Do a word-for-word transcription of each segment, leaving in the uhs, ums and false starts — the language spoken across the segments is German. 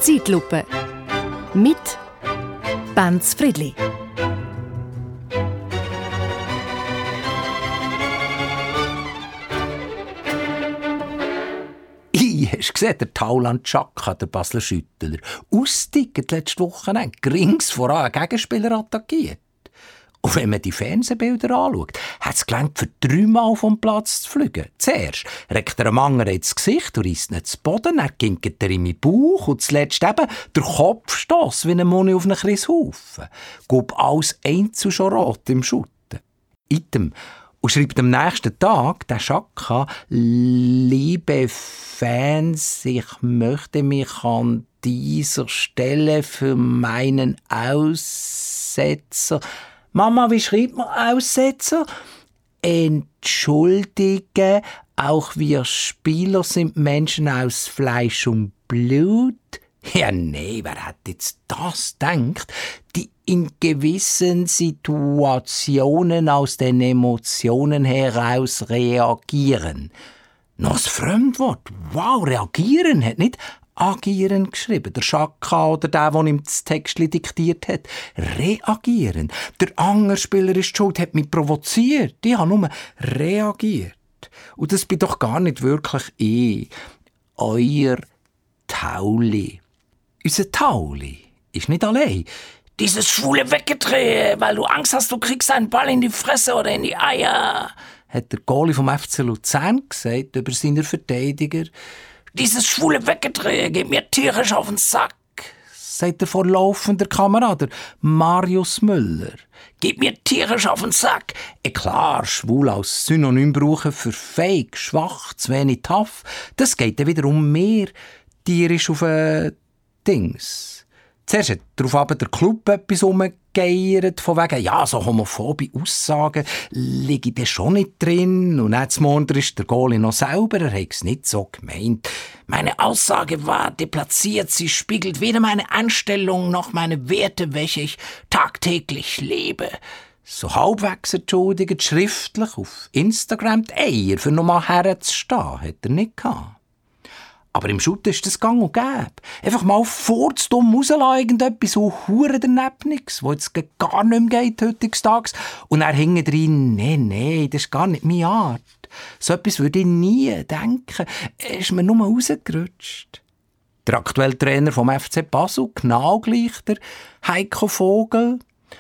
Zeitlupe mit Benz Friedli. Hast du gesehen, der Tauland Chaka, der Basler Schüttler, ausgetickt letzte Woche, rings voran einen Gegenspieler attackiert. Und wenn man die Fernsehbilder anschaut, hat es gelangt, für dreimal vom Platz zu fliegen. Zuerst reckt er einem anderen ins Gesicht und reisst ihn zu Boden, dann ginkt er in meinen Bauch und zuletzt eben der Kopfstoss wie ein Moni auf einen Christhaufen. Gab alles einzeln schon rot im Schutten. Item. Und schreibt am nächsten Tag der Chaka: Liebe Fans, ich möchte mich an dieser Stelle für meinen Aussetzer... Mama, wie schreibt man Aussetzer? Entschuldige, auch wir Spieler sind Menschen aus Fleisch und Blut. Ja, nee, wer hat jetzt das gedacht? Die in gewissen Situationen aus den Emotionen heraus reagieren. Noch das Fremdwort. Wow, reagieren hat nicht agieren geschrieben. Der Chaka oder der, der ihm das Text diktiert hat. Reagieren. Der Angerspieler ist schuld, hat mich provoziert. Ich habe nur reagiert. Und das bin doch gar nicht wirklich ich. Euer Tauli. Unser Tauli ist nicht allein. Dieses schwule Weggedrehe, weil du Angst hast, du kriegst einen Ball in die Fresse oder in die Eier, hat der Goalie vom F C Luzern gesagt über seine Verteidiger. Dieses schwule Weggedrehe geht mir tierisch auf den Sack, sagt der vor laufender Kamera, der Marius Müller. Geht mir tierisch auf den Sack. E klar, schwul als Synonym brauchen für fake, schwach, zu wenig tough. Das geht dann wiederum mehr tierisch auf ein Dings. Zuerst hat darauf aber der Club etwas umgegeiert, von wegen, ja, so homophobe Aussagen liegen da schon nicht drin. Und jetzt Morgen ist der Goalie noch selber, er hat es nicht so gemeint. Meine Aussage war deplatziert, sie spiegelt weder meine Einstellung noch meine Werte, welche ich tagtäglich lebe. So halbwegs entschuldigt, schriftlich auf Instagram die Eier für nochmal herzustehen, hat er nicht gehabt. Aber im Schutt ist das gang und gäbe. Einfach mal furzdumm rauslassen, irgendetwas so hure daneben nix, wo jetzt gar nicht mehr geht heutzutage. Und dann hinten drin, nee, nee, das ist gar nicht meine Art. So etwas würde ich nie denken. Ist mir nur rausgerutscht. Der aktuelle Trainer vom F C Basel, genau gleich, der Heiko Vogel.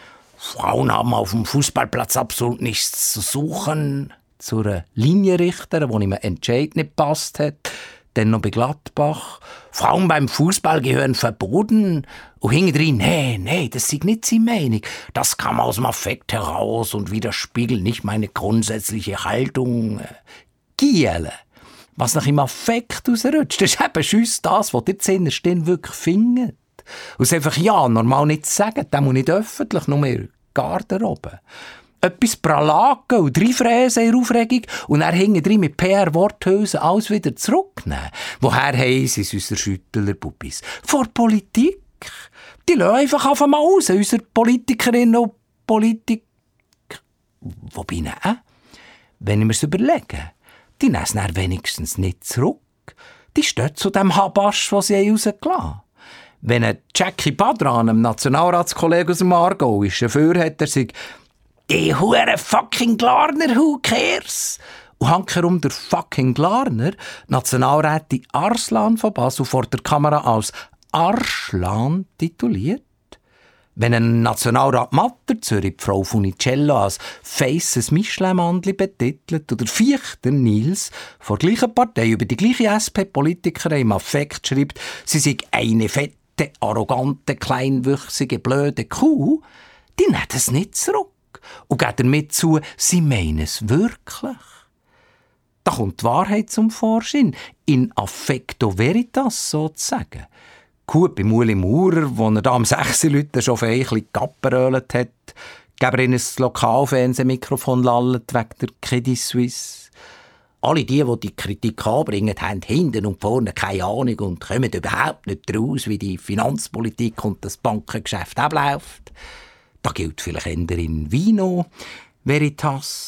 Frauen haben auf dem Fußballplatz absolut nichts zu suchen. Zu einer Linienrichterin, wo ihm ein Entscheid nicht gepasst hat. Dann noch bei Gladbach. Frauen beim Fußball gehören verboten. Und hintendrein, nee, nee, das ist nicht seine Meinung. Das kam aus dem Affekt heraus und widerspiegelt nicht meine grundsätzliche Haltung. Giele. Was nach im Affekt rausrutscht, das ist eben schüss das, was ihr zuinnerst wirklich findet. Und es einfach ja normal nicht zu sagen, das muss nicht öffentlich, nur mehr Garderobe. Etwas pralagen und reinfräsen in der Aufregung und dann hinten mit P R-Worthülsen alles wieder zurücknehmen. Woher haben sie es, unsere Schüttler-Bubis? Vor Politik. Die lassen einfach auf einmal raus, unsere Politikerinnen und Politiker. Wobei, nein, wenn ich mir es überlege, die nehmen es dann wenigstens nicht zurück. Die stehen zu dem Habasch, den sie rausgelassen haben. Wenn ein Jackie Badran, einem Nationalratskollegen aus dem Aargau, ist, dafür hat er sich die hure fucking Glarner, who cares? Und hankerum der fucking Glarner, Nationalrätin Arslan von Basel, vor der Kamera als Arslan tituliert. Wenn ein Nationalrat Matter Zürich die Frau Funicello als feisses Michelin-Mandli betitelt oder Fichter Nils vor der gleichen Partei über die gleiche S P-Politikerin im Affekt schreibt, sie sei eine fette, arrogante, kleinwüchsige, blöde Kuh, die nehmen es nicht zurück. Und geben damit zu, sie meinen es wirklich. Da kommt die Wahrheit zum Vorschein, in affecto veritas sozusagen. Gut, bei Uli Maurer, wo er da am sechs Leuten schon feierlich gapperölet hat, geben er ihnen das Lokalfernsehmikrofon lallet wegen der Credit Suisse. Alle die, die die Kritik anbringen, haben hinten und vorne keine Ahnung und kommen überhaupt nicht raus, wie die Finanzpolitik und das Bankengeschäft abläuft. Da gilt vielleicht eher in Vino Veritas.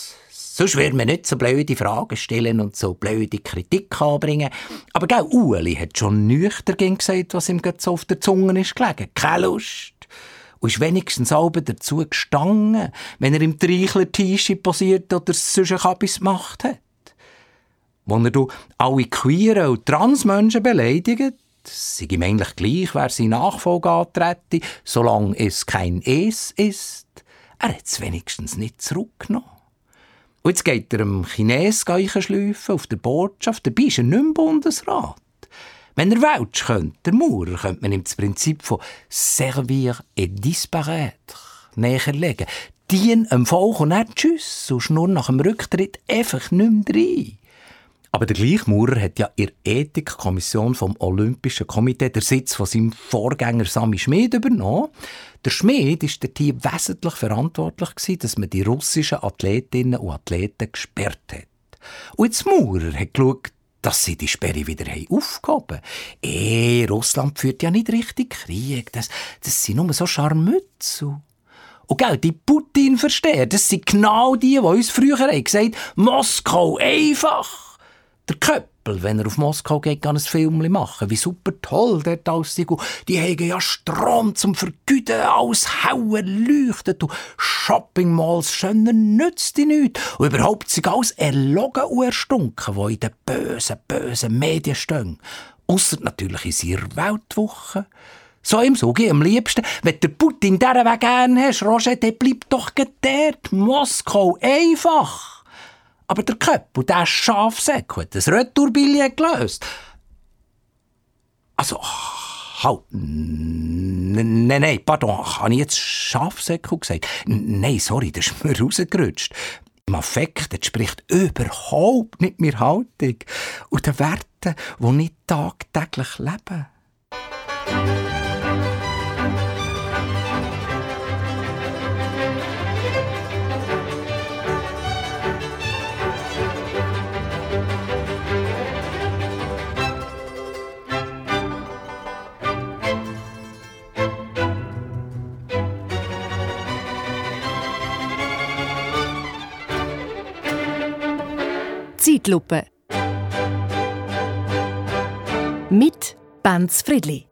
Sonst würde man nicht so blöde Fragen stellen und so blöde Kritik anbringen. Aber gell, Ueli hat schon nüchtern gesagt, was ihm so auf der Zunge ist gelegen. Keine Lust. Und ist wenigstens halb dazu gestanden, wenn er im Treichler-Tische posiert oder sonst etwas gemacht hat. Als er alle queeren und Transmenschen beleidigt, sei ihm eigentlich gleich, wer seine Nachfolge antrete, solange es kein Es ist. Er hat es wenigstens nicht zurückgenommen. Und jetzt geht er am Chines schleifen auf der Botschaft, dabei ist er nicht im Bundesrat. Wenn er Welsch könnte, der Maurer, könnte man ihm das Prinzip von «servir et disparaître» näherlegen. Dien am Volk und nicht tschüss, sonst nur nach dem Rücktritt einfach nicht mehr rein. Aber der gleiche Maurer hat ja in der Ethikkommission vom Olympischen Komitee den Sitz von seinem Vorgänger Sami Schmid übernommen. Der Schmid war dort wesentlich verantwortlich gewesen, dass man die russischen Athletinnen und Athleten gesperrt hat. Und jetzt Maurer hat geschaut, dass sie die Sperre wieder aufgehoben haben. Eh, Russland führt ja nicht richtig Krieg. Das, das sind nur so Scharmützel. Und gell, die Putin-Versteher, das sind genau die, die uns früher haben gesagt haben, Moskau einfach. Der Köppel, wenn er auf Moskau geht, kann ein Film machen. Wie super toll dort aussieht. Die haben ja Strom zum Vergüten, alles hell leuchtet. Und Shoppingmalls schöner nützt die nichts. Und überhaupt sind alles erlogen und erstunken, die in den bösen, bösen Medien stehen. Ausser natürlich in seiner Weltwoche. So im Sog am liebsten, wenn der Putin diesen Weg gerne hast, Roger, dann bleib doch dort. Moskau einfach. Aber der Köppel, der Schafsäck, hat das Retourbillet gelöst. Also, halt. Nein, nein, pardon, habe ich jetzt Schafsäckel gesagt? Nein, sorry, das ist mir rausgerutscht. Im Affekt entspricht überhaupt nicht mehr Haltung und den Werten, die ich tagtäglich lebe. Zeitlupe mit Benz Friedli.